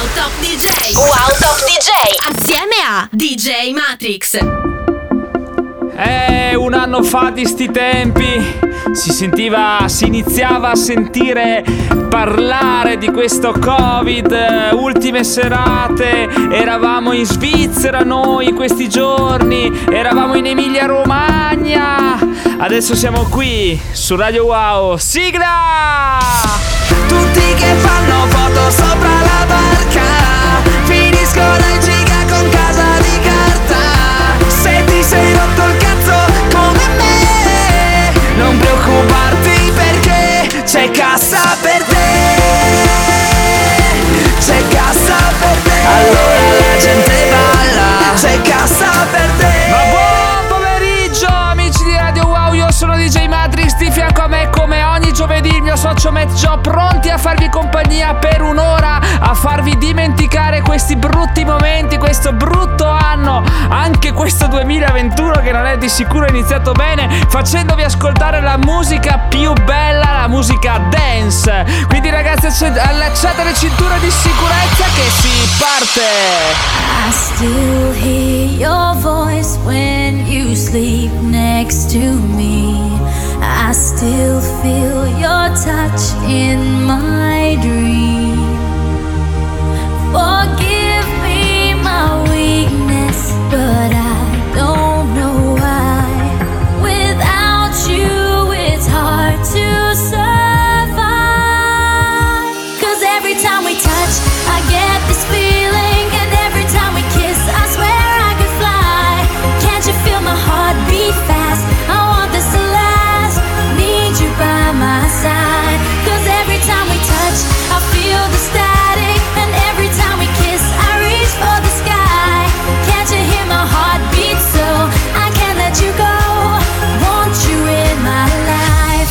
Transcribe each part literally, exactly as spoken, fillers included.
Wow Top D J. Wow Top D J. Assieme a D J Matrix. Eh, un anno fa di sti tempi si sentiva, si iniziava a sentire parlare di questo Covid. Ultime serate, eravamo in Svizzera noi questi giorni, eravamo in Emilia Romagna. Adesso siamo qui su Radio Wow. Sigla! Tutti che fanno foto sopra la barca finiscono in giga con casa di carta. Se ti sei rotto il cazzo come me, non preoccuparti perché c'è cassa per te. C'è cassa per te. Allora la gente balla. C'è cassa per te. Ma buon pomeriggio amici di Radio Wow, io sono D J Matrix, di fianco a me come ogni giovedì il mio socio Matt Joe, pronti a farvi compagnia per un'ora, a farvi dimenticare questi brutti momenti, questo brutto anno, anche questo duemilaventuno che non è di sicuro iniziato bene, facendovi ascoltare la musica più bella, la musica dance. Quindi ragazzi, allacciate le cinture di sicurezza che si parte. I still hear your voice when you sleep next to me. I still feel your touch in my dream. Forgive me my weakness, but I don't know why. Without you it's hard to survive. 'Cause every time we touch I get this feeling, and every time we kiss I swear I could fly. Can't you feel my heart beat fast? I want this to last. Need you by my side. 'Cause every time we touch I feel the static, and every time we kiss I reach for the sky. Can't you hear my heart beat, so I can't let you go. Want you in my life.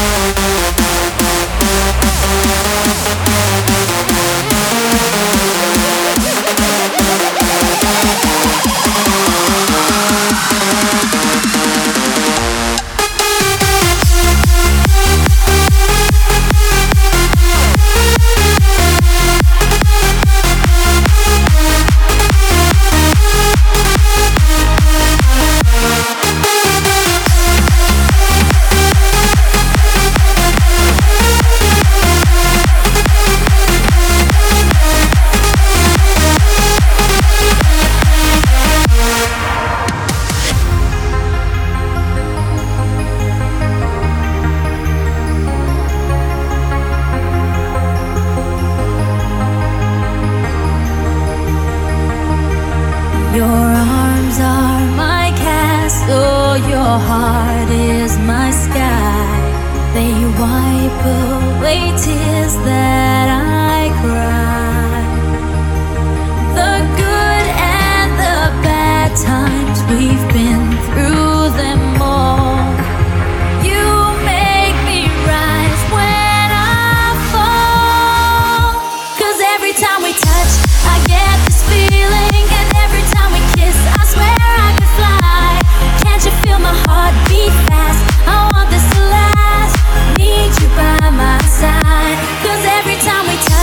Your arms are my castle, your heart is my sky. They wipe away tears that I cry. The good and the bad times, we've been through them all. You make me rise when I fall. 'Cause every time we touch I get this feeling, and every time we kiss I swear I could fly. Can't you feel my heart beat fast? I want this to last. Need you by my side. 'Cause every time we touch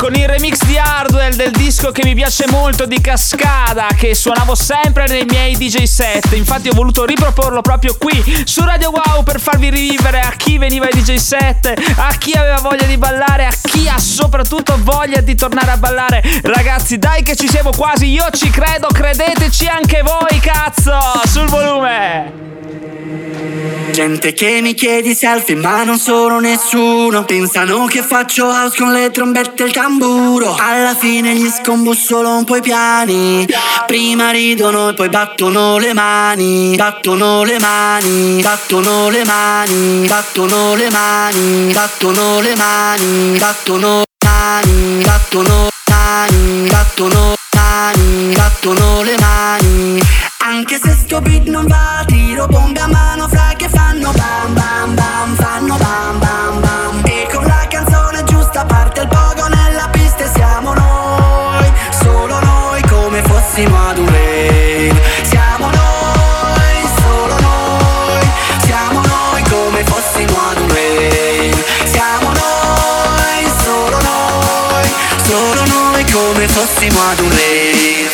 con il remix di Hardwell del disco che mi piace molto di Cascada, che suonavo sempre nei miei D J set. Infatti ho voluto riproporlo proprio qui su Radio Wow per farvi rivivere a chi veniva ai D J set, a chi aveva voglia di ballare, a chi ha soprattutto voglia di tornare a ballare. Ragazzi, dai che ci siamo quasi, io ci credo, credeteci anche voi, cazzo, sul volume. Gente che mi chiedi selfie ma non sono nessuno, pensano che faccio house con le trombette e il tamburo. Alla fine gli scombussolo un po' i piani, prima ridono e poi battono le mani. Battono le mani, battono le mani, battono le mani, battono le mani, battono mani, battono mani, battono mani, battono le mani. Anche se sto beat non va, tiro bombe a mano fra che fanno bam bam bam, fanno bam bam bam. E con la canzone giusta parte il pogo nella pista e siamo noi, solo noi come fossimo ad un rave. Siamo noi, solo noi, siamo noi come fossimo ad un rave. Siamo noi, solo noi, solo noi come fossimo ad un rave.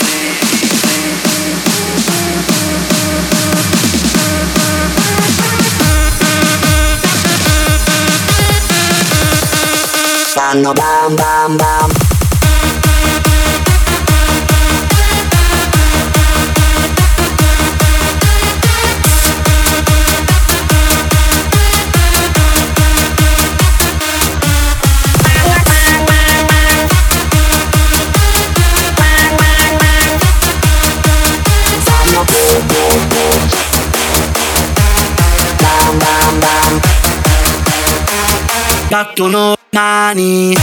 Fanno bam bam bam. Fanno boom boom boom. Bam bam bam. Battono mani.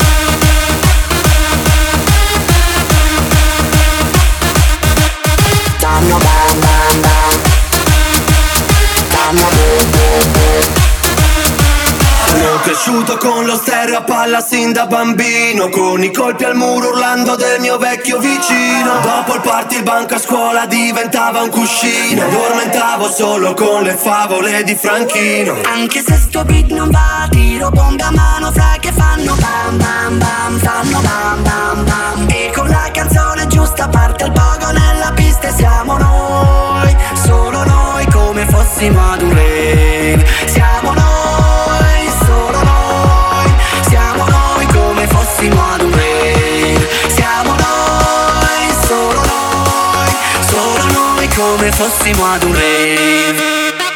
Fanno bam bam bam. Fanno boom boom boom. Sono cresciuto con lo stereo a palla sin da bambino, con i colpi al muro urlando del mio vecchio vicino. Dopo il party il banco a scuola diventava un cuscino, addormentavo solo con le favole di Franchino. Anche se sto beat non va, tiro bombe a mano fra che fanno bam bam bam, fanno bam bam bam. E con la canzone giusta parte il pogo nella pista e siamo noi, solo noi come fossimo ad un rave. Siamo noi, solo noi, siamo noi come fossimo ad un rave. Siamo noi, solo noi, solo noi come fossimo ad un rave.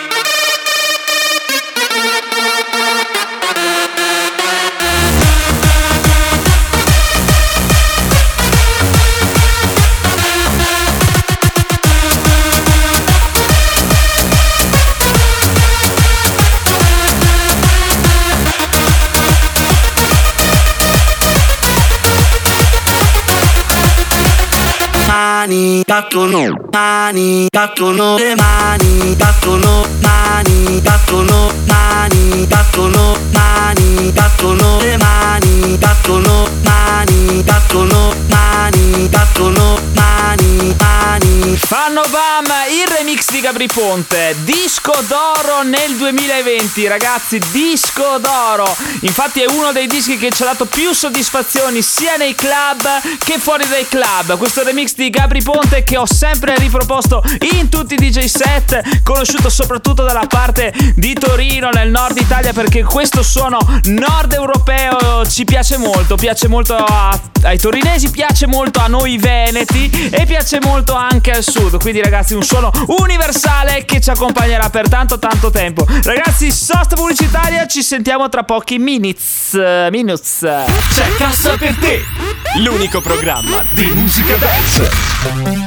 Mani, battono, mani, battono le mani, battono, mani, battono, mani, battono, mani, battono le mani, battono, mani, battono, mani, battono, mani, mani. Fanno bam, il remix di Gabry Ponte, disco d'oro nel duemilaventi, ragazzi, disco d'oro. Infatti è uno dei dischi che ci ha dato più soddisfazioni sia nei club che fuori dai club. Questo remix di Gabry Ponte che ho sempre riproposto in tutti i D J set, conosciuto soprattutto dalla parte di Torino nel nord Italia, perché questo suono nord europeo ci piace molto, piace molto a, ai torinesi, piace molto a noi veneti e piace molto anche al sud. Quindi ragazzi, un suono universale che ci accompagnerà per tanto tanto tempo. Ragazzi, sosta pubblicitaria, ci sentiamo tra pochi minutes. Minutes. C'è Cassa per te, l'unico programma di musica dance.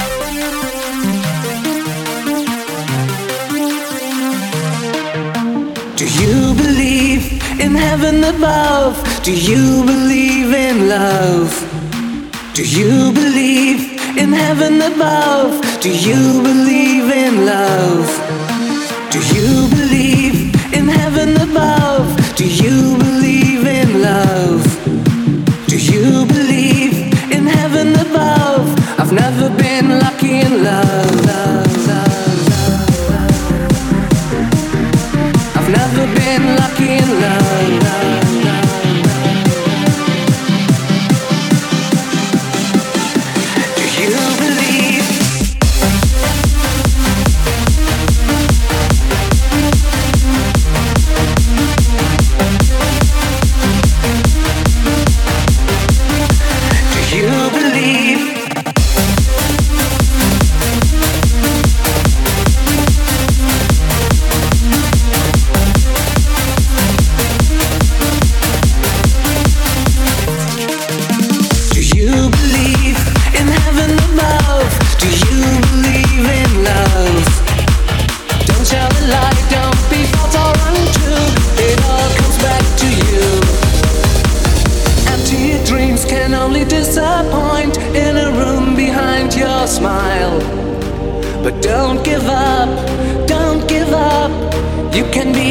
Do you believe in heaven above? Do you believe in love? Do you believe in heaven above? Do you believe in love? Do you believe in heaven above? Do you believe in love? Do you believe in heaven above? I've never been lucky in love, love, love, love. I've never been lucky in love, love, love.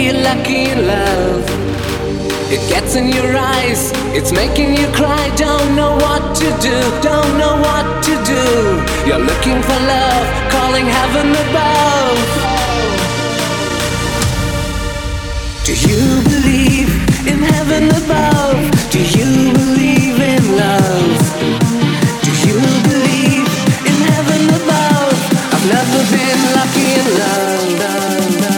you're lucky in love. It gets in your eyes, it's making you cry. Don't know what to do, don't know what to do. You're looking for love, calling heaven above. Do you believe in heaven above? Do you believe in love? Do you believe in heaven above? I've never been lucky in love, love, love.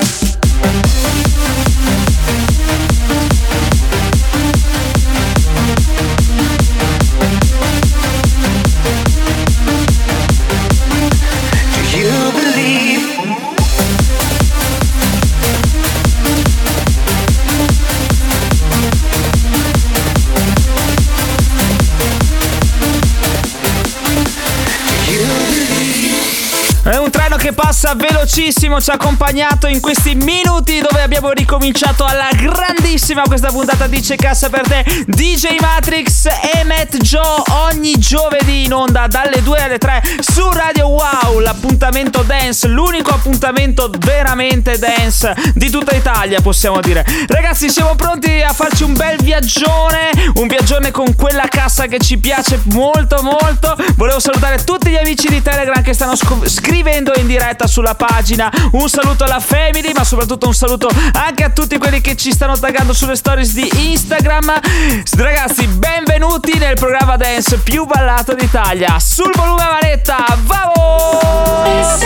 È un treno che passa velocissimo, ci ha accompagnato in questi minuti dove abbiamo ricominciato alla grandissima questa puntata di C'è Cassa per te. D J Matrix e Matt Joe ogni giovedì in onda dalle due alle tre su Radio Wow, l'appuntamento dance, l'unico appuntamento veramente dance di tutta Italia, possiamo dire. Ragazzi, siamo pronti a farci un bel viaggione, un viaggione con quella cassa che ci piace molto molto. Volevo salutare tutti gli amici di Telegram che stanno sc- scrivendo in diretta sulla pagina. Un saluto alla family, ma soprattutto un saluto anche a tutti quelli che ci stanno taggando sulle stories di Instagram. Ragazzi, benvenuti nel programma dance più ballato d'Italia. Sul volume a manetta, vamos!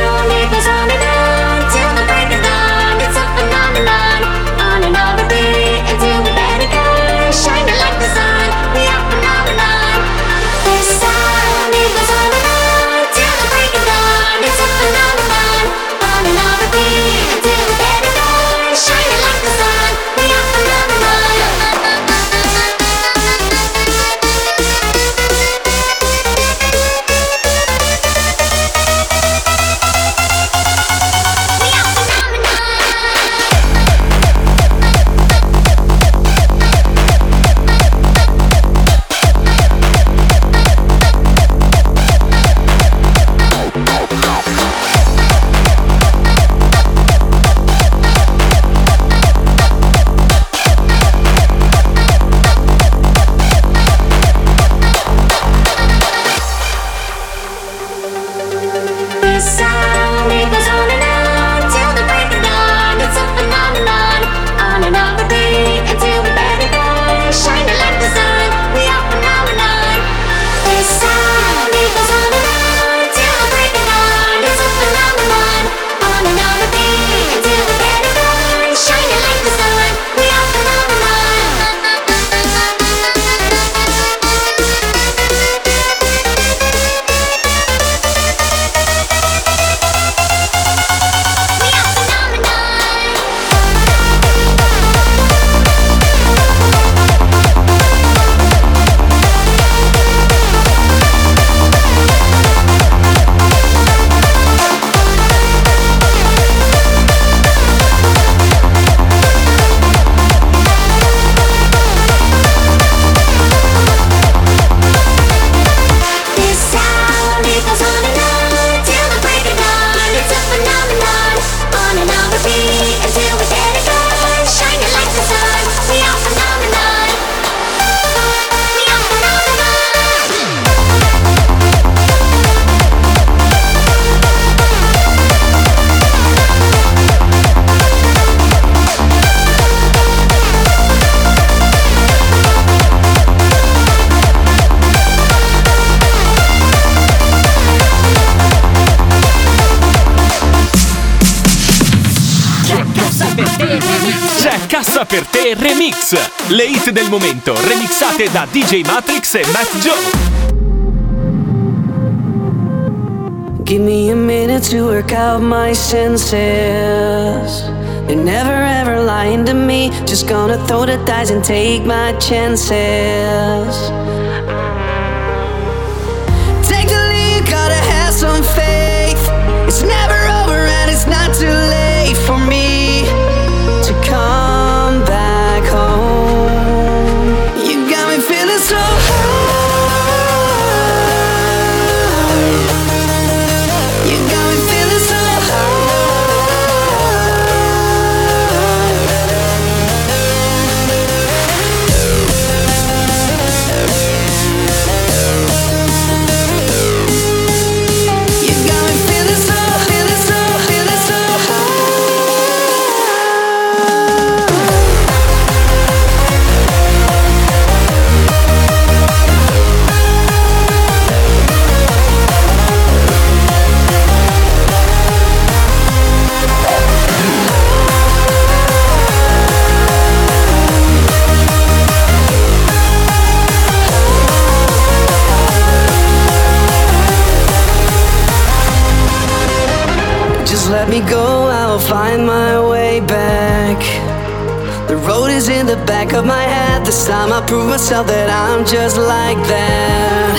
Cassa per te Remix, le hit del momento remixate da D J Matrix e Matt Joe. Give me a minute to work out my senses. They're never ever lying to me. Just gonna throw the dice and take my chances. Take the lead, gotta have some faith. It's never over and it's not too late for me to come back home. You got me feeling so high. You got me feeling so high. dark. The road is in the back of my head. This time I prove myself that I'm just like that.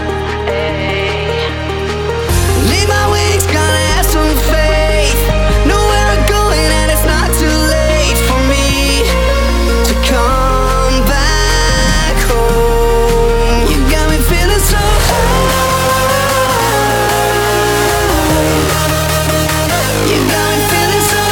Leave my wings, gonna have some faith. Know where I'm going and it's not too late for me to come back home. You got me feeling so high. You got me feeling so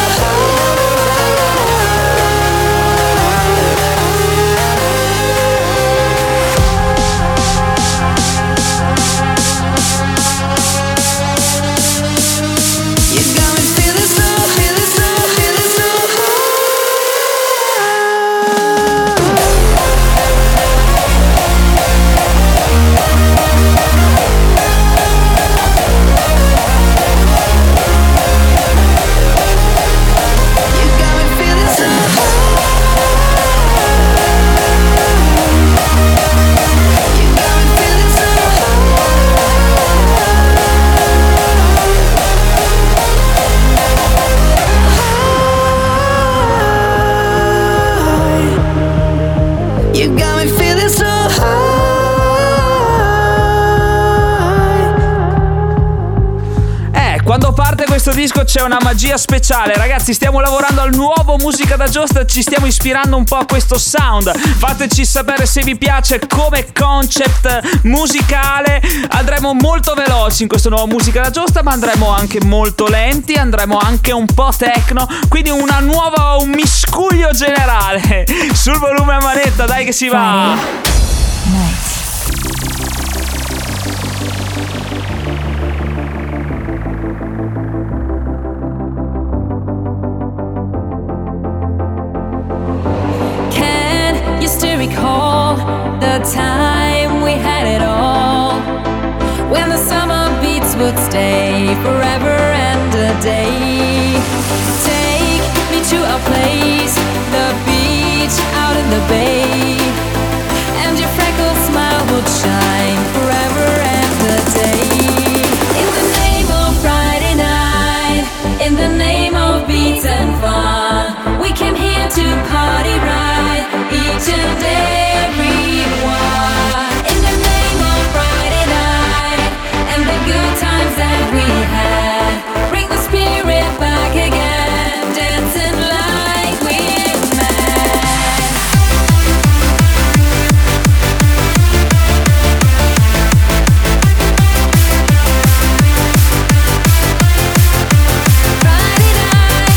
Quando parte questo disco c'è una magia speciale. Ragazzi, stiamo lavorando al nuovo Musica da Giostra, ci stiamo ispirando un po' a questo sound. Fateci sapere se vi piace come concept musicale. Andremo molto veloci in questo nuovo Musica da Giostra, ma andremo anche molto lenti, andremo anche un po' techno, quindi una nuova, un miscuglio generale. Sul volume a manetta, dai che si va. Nice. Recall the time we had it all, when the summer beats would stay forever and a day. Take me to a place, the beach out in the bay, and your freckled smile would shine forever and a day. In the name of Friday night, in the name of beats and fun, we came here to party right, each and every one. In the name of Friday night and the good times that we had, bring the spirit back again, dancing like we're mad. Friday night.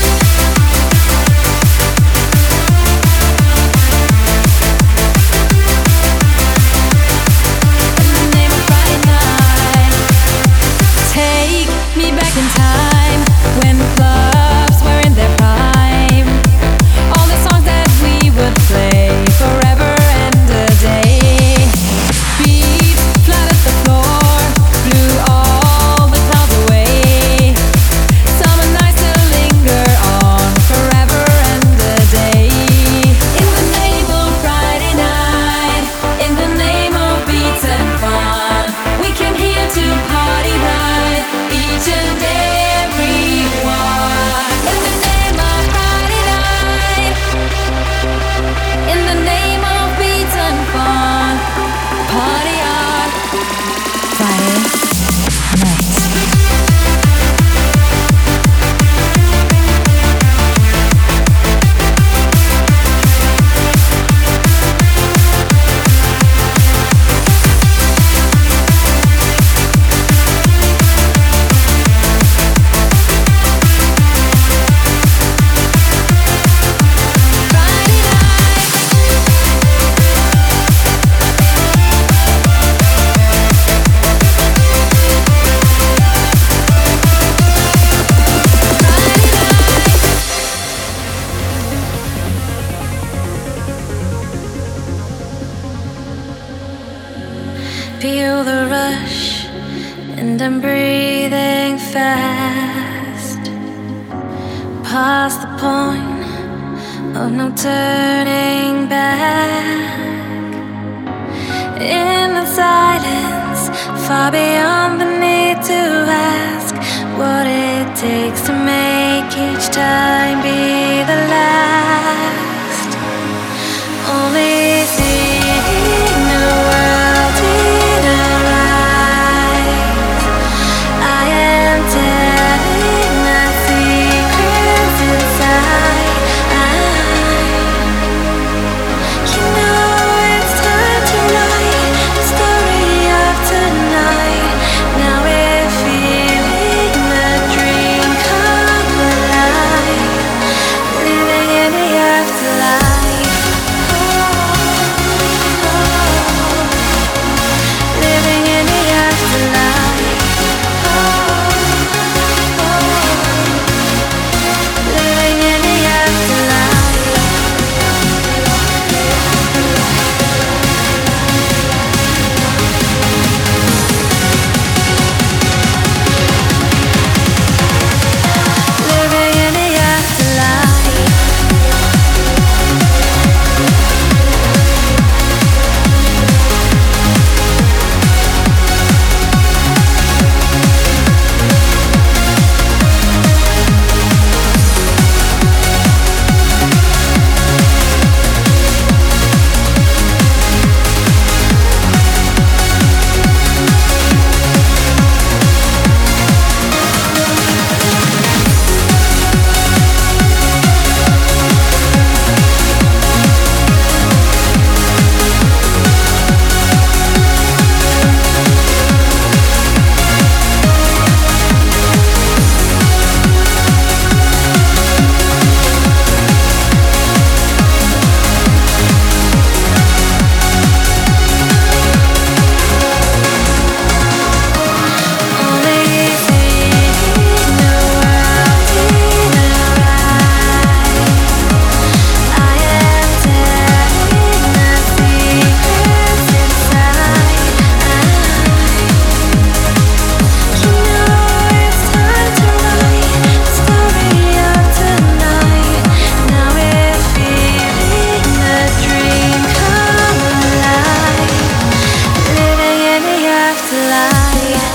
In the name of Friday night. Take me back in time, when clubs were in their prime. All the songs that we would play forever and a day. Beat flat at the floor, blew all the clouds away. Summer nights that linger on forever and a day. In the name of Friday night, in the name of beats and fun, we came here to party right, each and every one. In the name of Friday night, in the name of beats and fun, party on Friday night. Friday night. Friday night. Feel the rush, and I'm breathing fast, past the point of no turning back. In the silence, far beyond the need to ask what it takes to make make each time be the last. Only seeing the world in our eyes. I am telling my secrets inside. You know it's time to write the story of tonight. Now we're feeling the dream come alive, living in the afterlife. Living in the afterlife. Living in the afterlife. Living in the afterlife. Only seeing the world in our eyes. I am telling the secrets inside. You know it's time to write the story of tonight. Now we're feeling the dream come alive, living in the afterlife.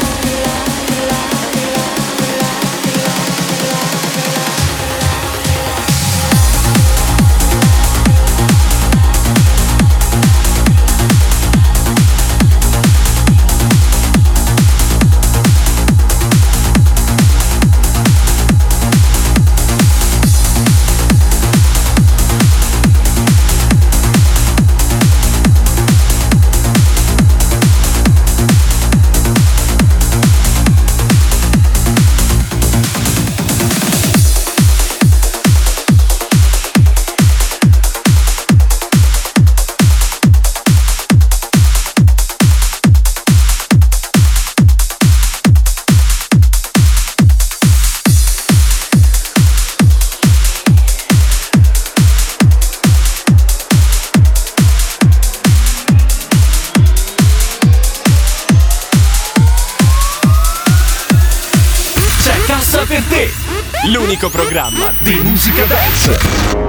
C'è Cassa per te, l'unico programma di musica dance.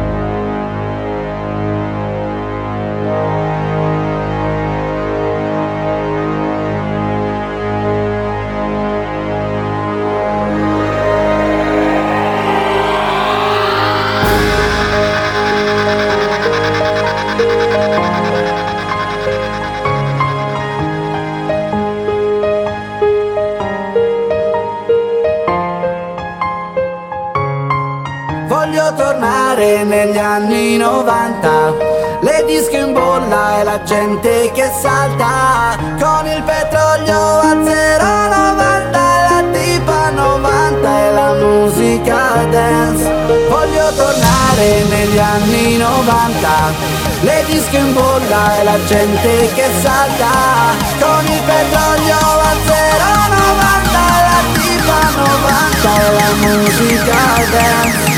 Voglio tornare negli anni novanta, le disco in bolla e la gente che salta, con il petrolio a zero virgola novanta e la tipa novanta e la musica dance. Voglio tornare negli anni novanta, le disco in bolla e la gente che salta, con il petrolio a zero virgola novanta e la tipa novanta e la musica dance.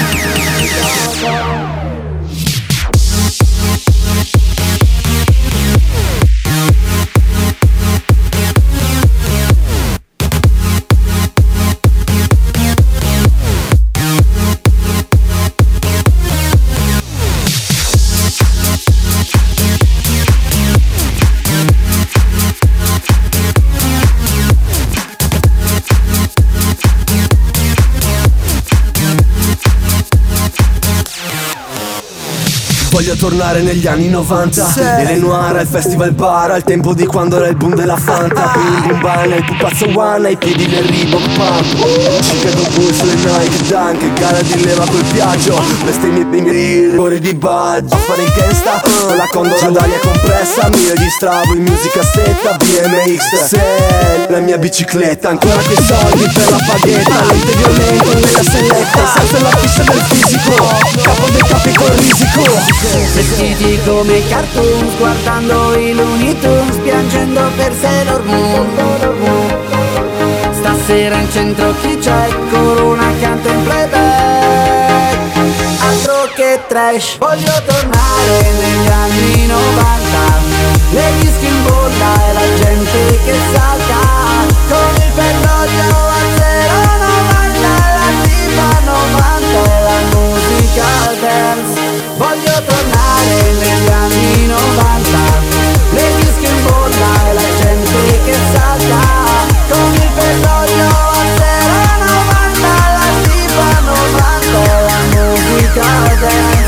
Voglio tornare negli anni novanta e le noir al festival bar, al tempo di quando era il boom della Fanta. Bim bum bam, il pupazzo one, ai piedi del Reebok Pump. Chicago Bulls, le Nike Dunk, gara di leva col piaggio, bestemmie bingri, ore di budge. A fare il gangsta con la condola d'aria compressa, mille di stravo in musica cassetta, B M X se la mia bicicletta, ancora quei soldi per la paghetta, lente violento nella selletta, senza la pista del fisico, capo dei capi col risico. Vestiti come i cartoons, guardando i Looney Tunes, piangendo per Sailor Moon. Stasera in centro chi c'è? Corona canta in playback. Altro che trash. Voglio tornare negli anni novanta, le dischi in bolla e la gente che salta, con il petrolio a zero novanta, la tipa novanta e la musica dance. Voglio tornare negli anni novanta, le dischi in bolla e la gente che salta, con il petrolio a zero novanta, la tipa novanta e la musica dance.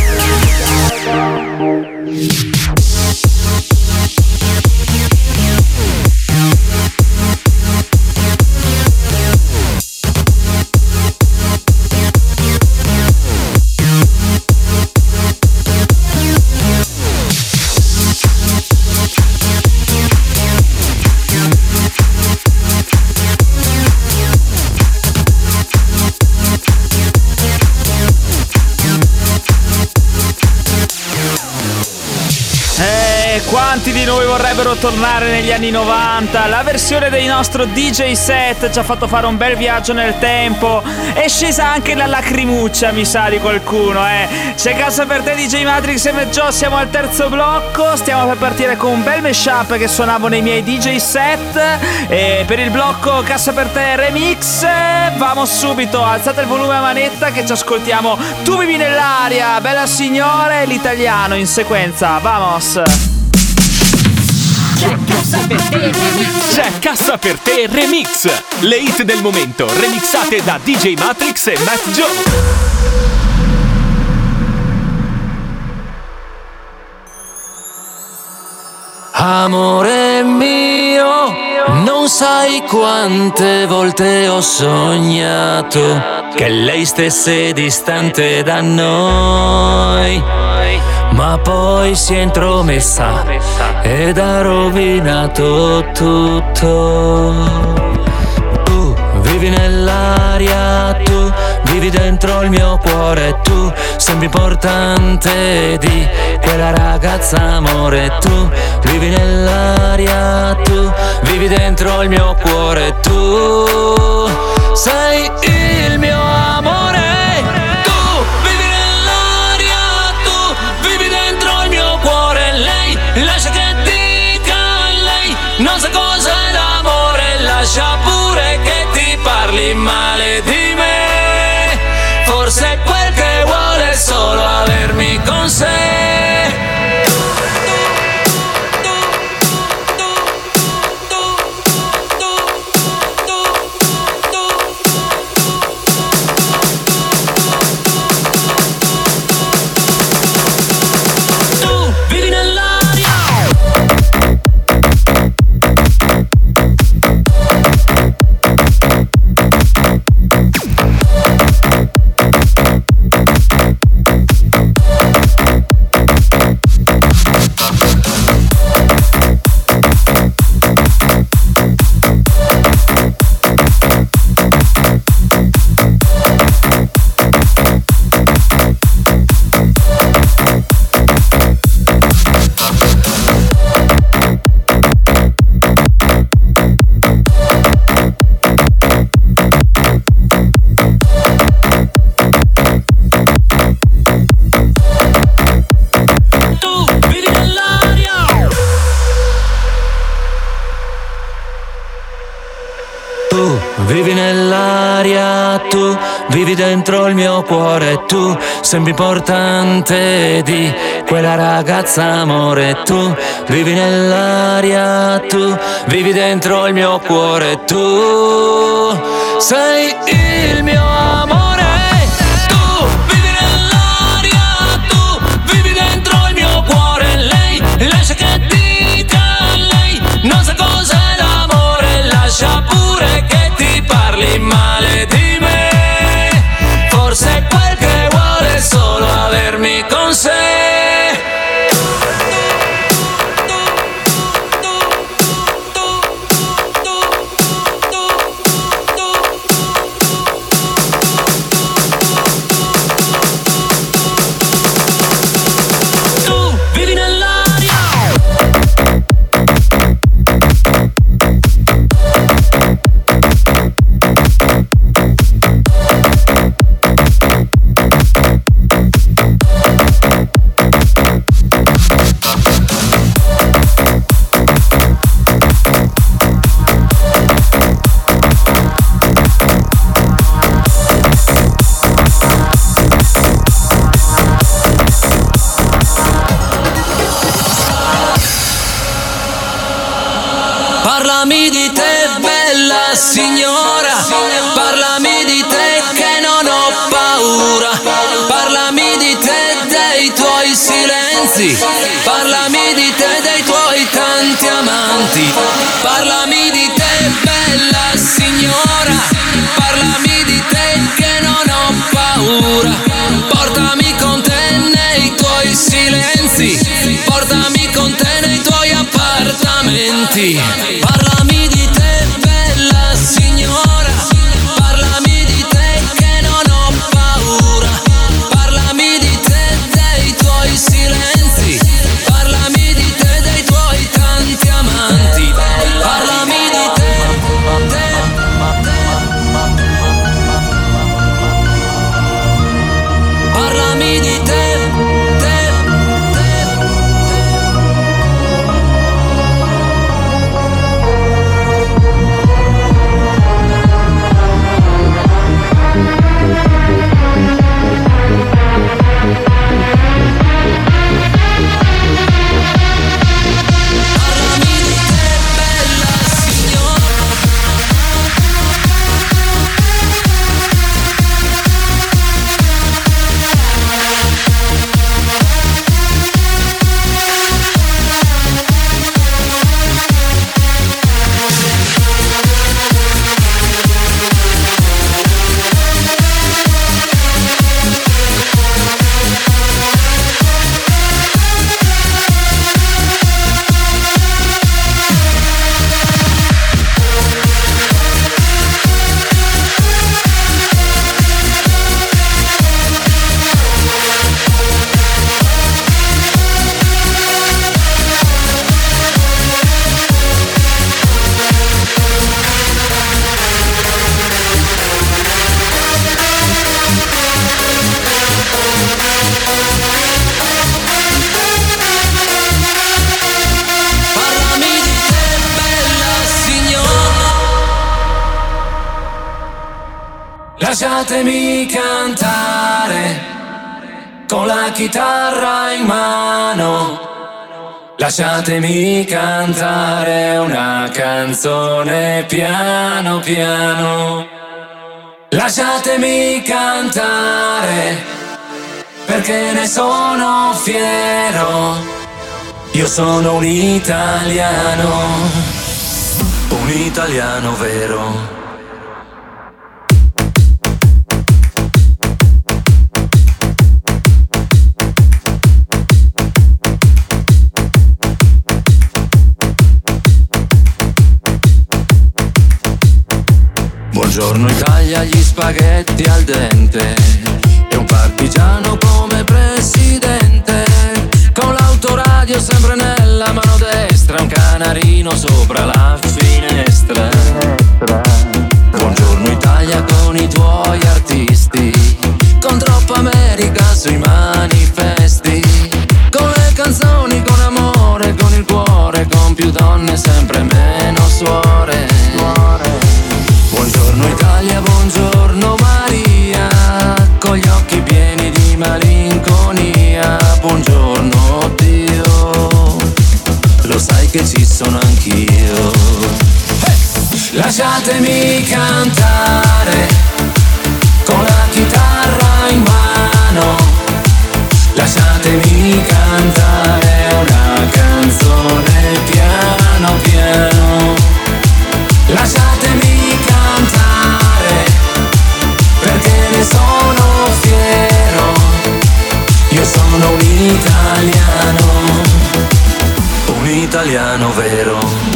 Quanti di noi vorrebbero tornare negli anni novanta? La versione del nostro D J set ci ha fatto fare un bel viaggio nel tempo. È scesa anche la lacrimuccia, mi sa, di qualcuno, eh. C'è Cassa per te, D J Matrix e Matt Joe, siamo al terzo blocco. Stiamo per partire con un bel mashup che suonavo nei miei D J set. E per il blocco Cassa per te remix, vamo subito, alzate il volume a manetta che ci ascoltiamo Tu vivi nell'aria, bella signore, l'italiano in sequenza, vamos! C'è Cassa per te remix. C'è Cassa per te remix. Le hit del momento remixate da D J Matrix e Matt Joe. Amore mio, non sai quante volte ho sognato che lei stesse distante da noi, ma poi si è intromessa ed ha rovinato tutto. Tu vivi nell'aria, tu vivi dentro il mio cuore, tu sembri importante di quella ragazza, amore. Tu vivi nell'aria, tu vivi dentro il mio cuore, tu sei il mio amore. Tu vivi nell'aria, tu vivi dentro il mio cuore. Lei, lascia che dica lei, non sa cos'è l'amore. Lascia pure che ti parli male di me, forse quel che vuole è solo avermi con sé. Vivi nell'aria, tu vivi dentro il mio cuore, tu sembri importante di quella ragazza, amore. Tu vivi nell'aria, tu vivi dentro il mio cuore, tu sei il mio amore. Tu vivi nell'aria, tu vivi dentro Parlami di te, bella signora, parlami di te che non ho paura, parlami di te, dei tuoi silenzi, parlami di te, dei tuoi tanti amanti, parlami di te, bella signora, parlami di te che non ho paura, portami con te nei tuoi silenzi, portami con te nei tuoi appartamenti. Parlami di te, bella signora, parlami di te che non ho paura, parlami di te, dei tuoi silenzi, parlami di te, dei tuoi tanti amanti, parlami di te, te, parlami di te. Lasciatemi cantare con la chitarra in mano, lasciatemi cantare una canzone piano piano, lasciatemi cantare perché ne sono fiero, io sono un italiano, un italiano vero. Buongiorno Italia, gli spaghetti al dente e un partigiano come presidente, con l'autoradio sempre nella mano destra, un canarino sopra la finestra. Buongiorno Italia con i tuoi artisti, con troppa America sui manifesti, con le canzoni, con amore, con il cuore, con più donne, sempre meno suore. Buongiorno Italia, buongiorno Maria, con gli occhi pieni di malinconia. Buongiorno Dio, lo sai che ci sono anch'io. Hey! Lasciatemi cantare con la chitarra in mano, lasciatemi cantare una canzone piano piano, lasciatemi cantare perché ne sono fiero, io sono un italiano, un italiano vero.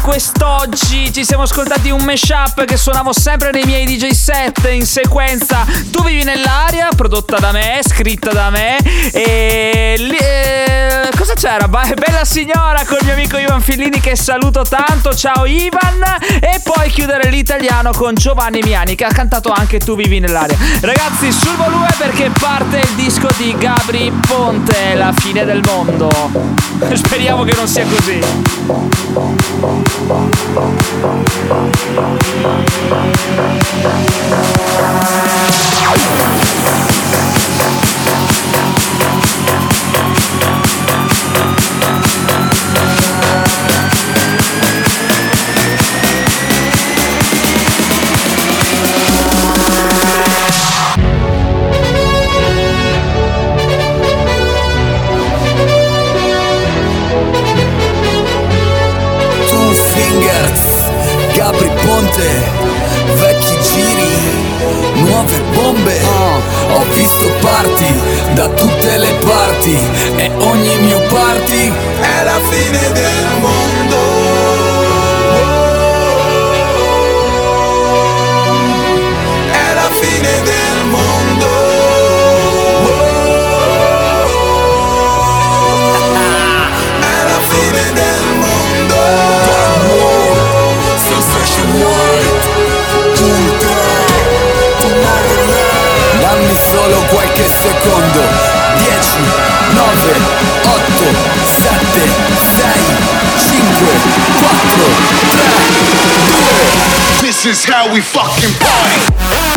quest'oggi ci siamo ascoltati un mashup che suonavo sempre nei miei D J set in sequenza. Tu vivi nell'aria, prodotta da me, scritta da me. E eh, cosa c'era? Bella signora con il mio amico Ivan Fillini, che saluto tanto. Ciao Ivan. E poi chiudere l'italiano con Giovanni Miani, che ha cantato anche Tu vivi nell'aria. Ragazzi, sul volume, perché parte il disco di Gabry Ponte, La fine del mondo. Speriamo che non sia così. Gabry Ponte, vecchi giri, nuove bombe. uh, Ho visto party da tutte le parti, e ogni mio party è la fine del mondo. È la fine del mondo. È la fine del mondo. Dammi solo qualche secondo. Dieci, nove, otto, sette, sei, cinque, quattro, tre, due. This is how we fucking party.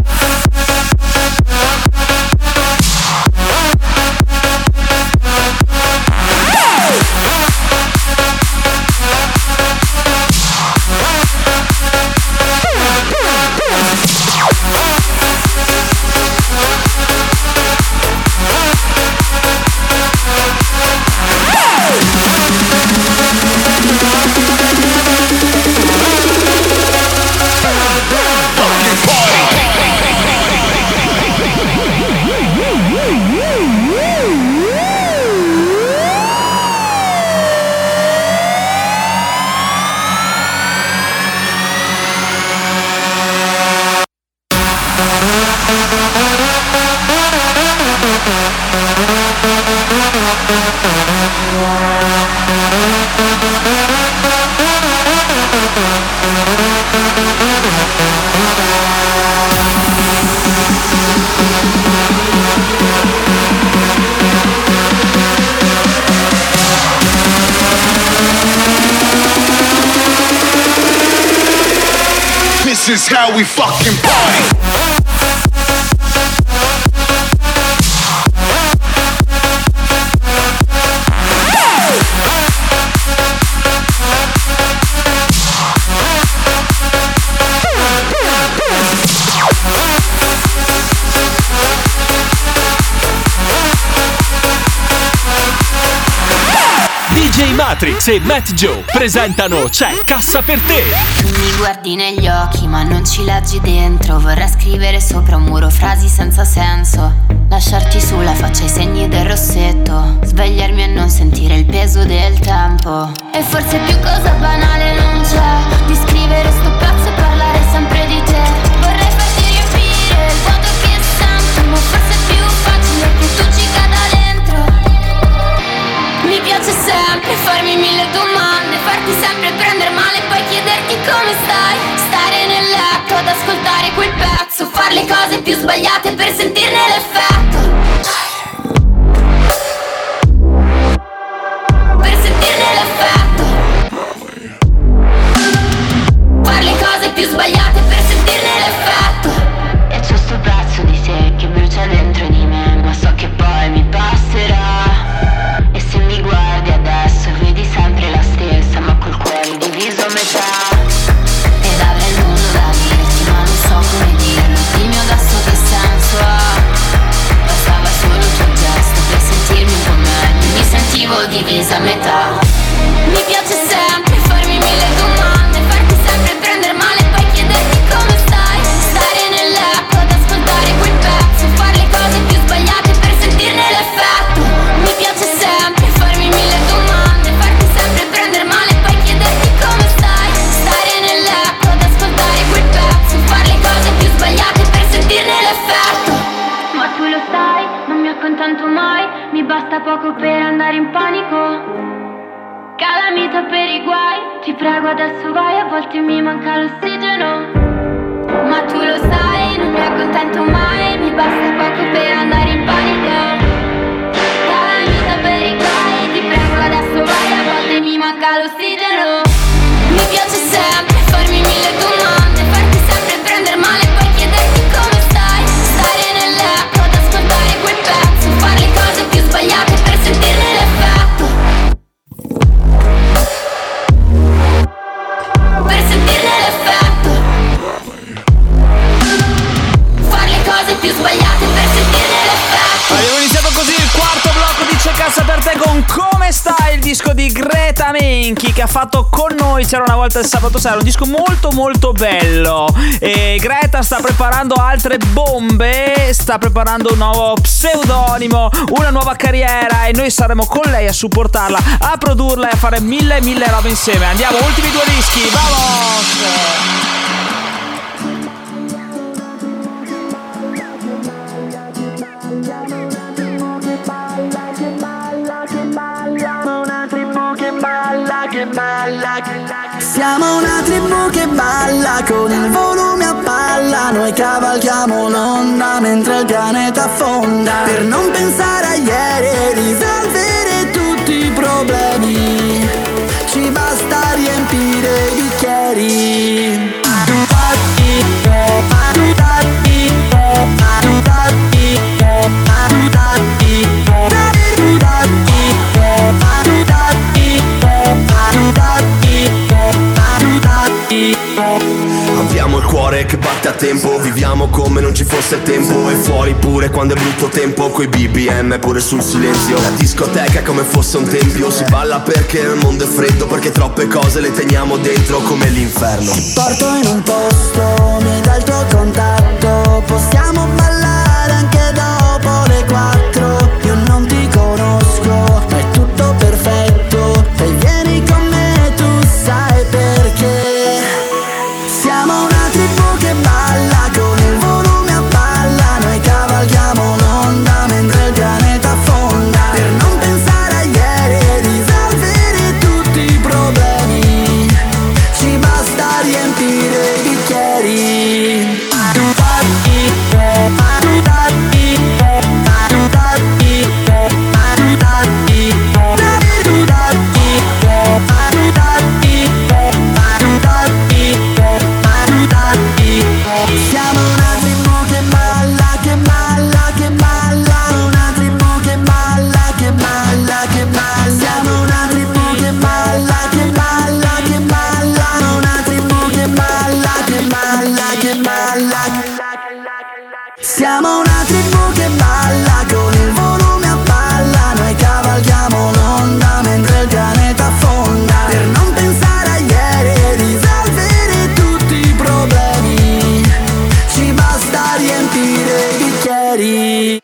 This is how we fucking party. D J Matrix e Matt Joe presentano C'è Cassa per te. Mi guardi negli occhi ma non ci leggi dentro. Vorrei scrivere sopra un muro frasi senza senso, lasciarti sulla faccia i segni del rossetto, svegliarmi e non sentire il peso del tempo. E forse più cosa banale non c'è di scrivere sto pezzo e parlare sempre di te. Vorrei farti riempire il vuoto che sento, ma forse è più facile che tu ci cada dentro. Mi piace sempre farmi mille domande, farti sempre prendere male, poi chiederti come stai. Stare nel letto ad ascoltare quel pezzo, fare le cose più sbagliate per sentirne l'effetto. Per sentirne l'effetto. Fare le cose più sbagliate per sentirne l'effetto. E c'è sto pezzo di sé che brucia dentro di me, ma so che poi mi passerà. E se mi guardi adesso vedi sempre la stessa, ma col cuore diviso a metà. Ed avrei il mondo da dirti ma non so come dirlo. Dimmi adesso che senso ha. Bastava solo il tuo gesto per sentirmi un po' meglio. Mi sentivo divisa a metà. Mi piace sempre farmi mille domande, farti sempre prendere male, poi chiederti come stai. Stare nel letto ad ascoltare quel pezzo, fare le cose più sbagliate per sentirne l'effetto. Mi piace sempre farmi mille domande, farti sempre prendere male, poi chiederti come stai. basta poco per andare in panico. Calamita per i guai, ti prego adesso vai, a volte mi manca l'ossigeno. Ma tu lo sai, non mi accontento mai, mi basta poco per andare in panico. Calamita per i guai, ti prego adesso vai, a volte mi manca l'ossigeno. Mi piace sempre farmi mille domande, farti sempre prendere male, poi chiederti come stai. Stare nel letto ad ascoltare quel pezzo, fare le cose più sbagliate per sentirne l'effetto. Per sentirne l'effetto. Fare le cose più sbagliate per sentirne l'effetto. Abbiamo iniziato così il quarto blocco di C'è Cassa per te con Come stai, il disco di Greta Menchi che ha fatto con noi C'era una volta il sabato sera, un disco molto molto bello. E Greta sta preparando altre bombe, sta preparando un nuovo pseudonimo, una nuova carriera e noi saremo con lei a supportarla, a produrla e a fare mille mille robe insieme. Andiamo, ultimi due dischi, vamos! Siamo una tribù che balla con il volume a palla. Noi cavalchiamo l'onda mentre il pianeta affonda. Per non pensare a ieri e risolvere tutti i problemi ci basta riempire i bicchieri. Abbiamo il cuore che batte a tempo, viviamo come non ci fosse tempo. E fuori pure quando è brutto tempo, coi B B M pure sul silenzio. La discoteca è come fosse un tempio, si balla perché il mondo è freddo, perché troppe cose le teniamo dentro come l'inferno. Ti porto in un posto, mi dai il tuo contatto, possiamo ballare anche dopo le quattro. Io non ti conosco, ma è tutto perfetto, e vieni con me, tu sai perché. Siamo una tribù che balla con il volume a palla. Noi cavalchiamo l'onda mentre il pianeta affonda. Per non pensare a ieri e risolvere tutti i problemi ci basta riempire i bicchieri. Siamo una tribù che balla, che balla, che balla. Una tribù che balla, che balla, che balla. Siamo una tribù che balla, che balla, che balla. Una tribù che balla, che balla, che balla. Siamo una tribù che balla con il volume a palla. Noi cavalchiamo l'onda mentre il pianeta affonda. Per non pensare a ieri e risolvere tutti i problemi ci basta riempire i bicchieri.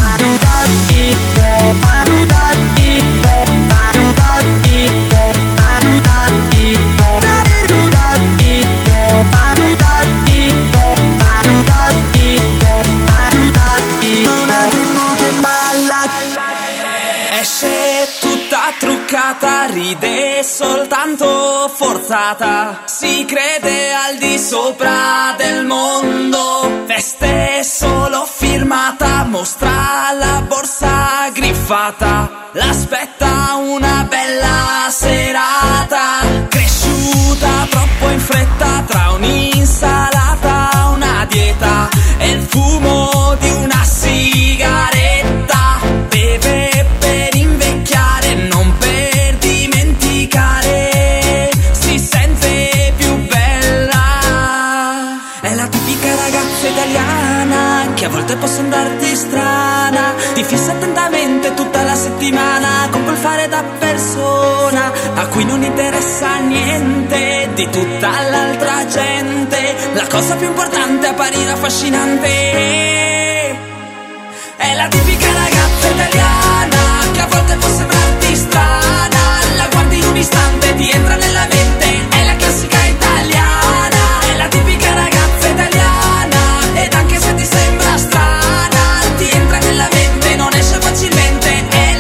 Una tribù che balla. Esce tutta truccata, ride soltanto forzata, si crede al di sopra del mondo, veste solo firmata, mostra la borsa griffata, l'aspetta una bella serata, cresciuta troppo in fretta tra un'insalata, una dieta e il fumo di una sigaretta. Beve per invecchiare, non per dimenticare, si sente più bella. È la tipica ragazza italiana che a volte può sembrarti strana, ti fissa attentamente tutta la settimana con quel fare da persona a cui non interessa niente di tutta l'altra gente. La cosa più importante è apparire affascinante. È la tipica ragazza italiana che a volte può sembrarti strana, la guardi in un istante, ti entra nella mente, è la classica italiana. È la tipica ragazza italiana ed anche se ti sembra strana ti entra nella mente, non esce facilmente. È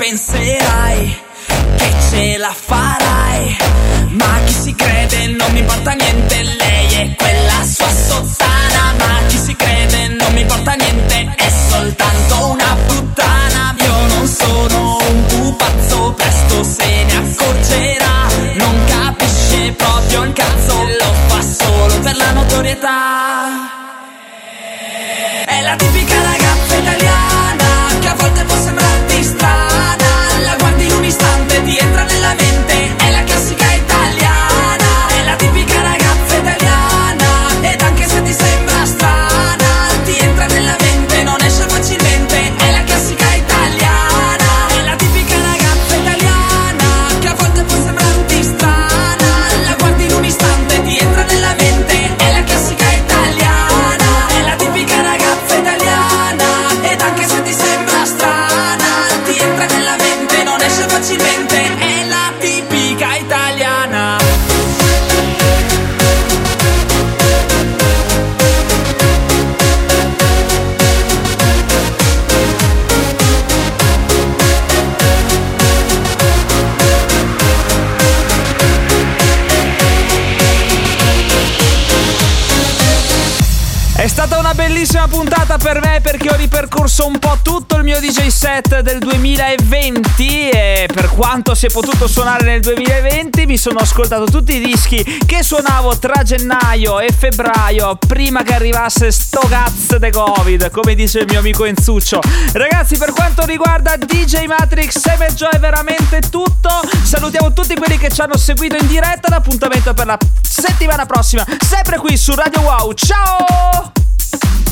penserai che ce la farai, ma chi si crede non mi importa niente, lei è quella sua sottana. Ma chi si crede non mi importa niente, è soltanto una puttana. Io non sono un pupazzo, presto se ne accorgerà. Non capisce proprio il cazzo, lo fa solo per la notorietà. È la tipica ragazza italiana che a volte può sembrarti strana. La guardi in un istante, ti entra nella mente. È la classica italiana. È la tipica ragazza italiana. Ed anche se ti sembra strana, ti entra nella mente, non esce facilmente. È la classica italiana. È la tipica ragazza italiana che a volte può sembrarti strana. La guardi in un istante, ti entra nella mente. È la classica italiana. È la tipica ragazza italiana. Ed anche se ti sembra strana, ti entra nella mente, non esce facilmente. È la tipica italiana. È stata una bellissima puntata per me perché ho ripercorso un po' tutto il mio D J set del duemilaventi e per quanto si è potuto suonare nel duemilaventi mi sono ascoltato tutti i dischi che suonavo tra gennaio e febbraio prima che arrivasse sto cazzo de Covid, come dice il mio amico Enzuccio. Ragazzi, per quanto riguarda D J Matrix Summer Joy è veramente tutto. Salutiamo tutti quelli che ci hanno seguito in diretta. L'appuntamento per la settimana prossima sempre qui su Radio Wow. Ciao!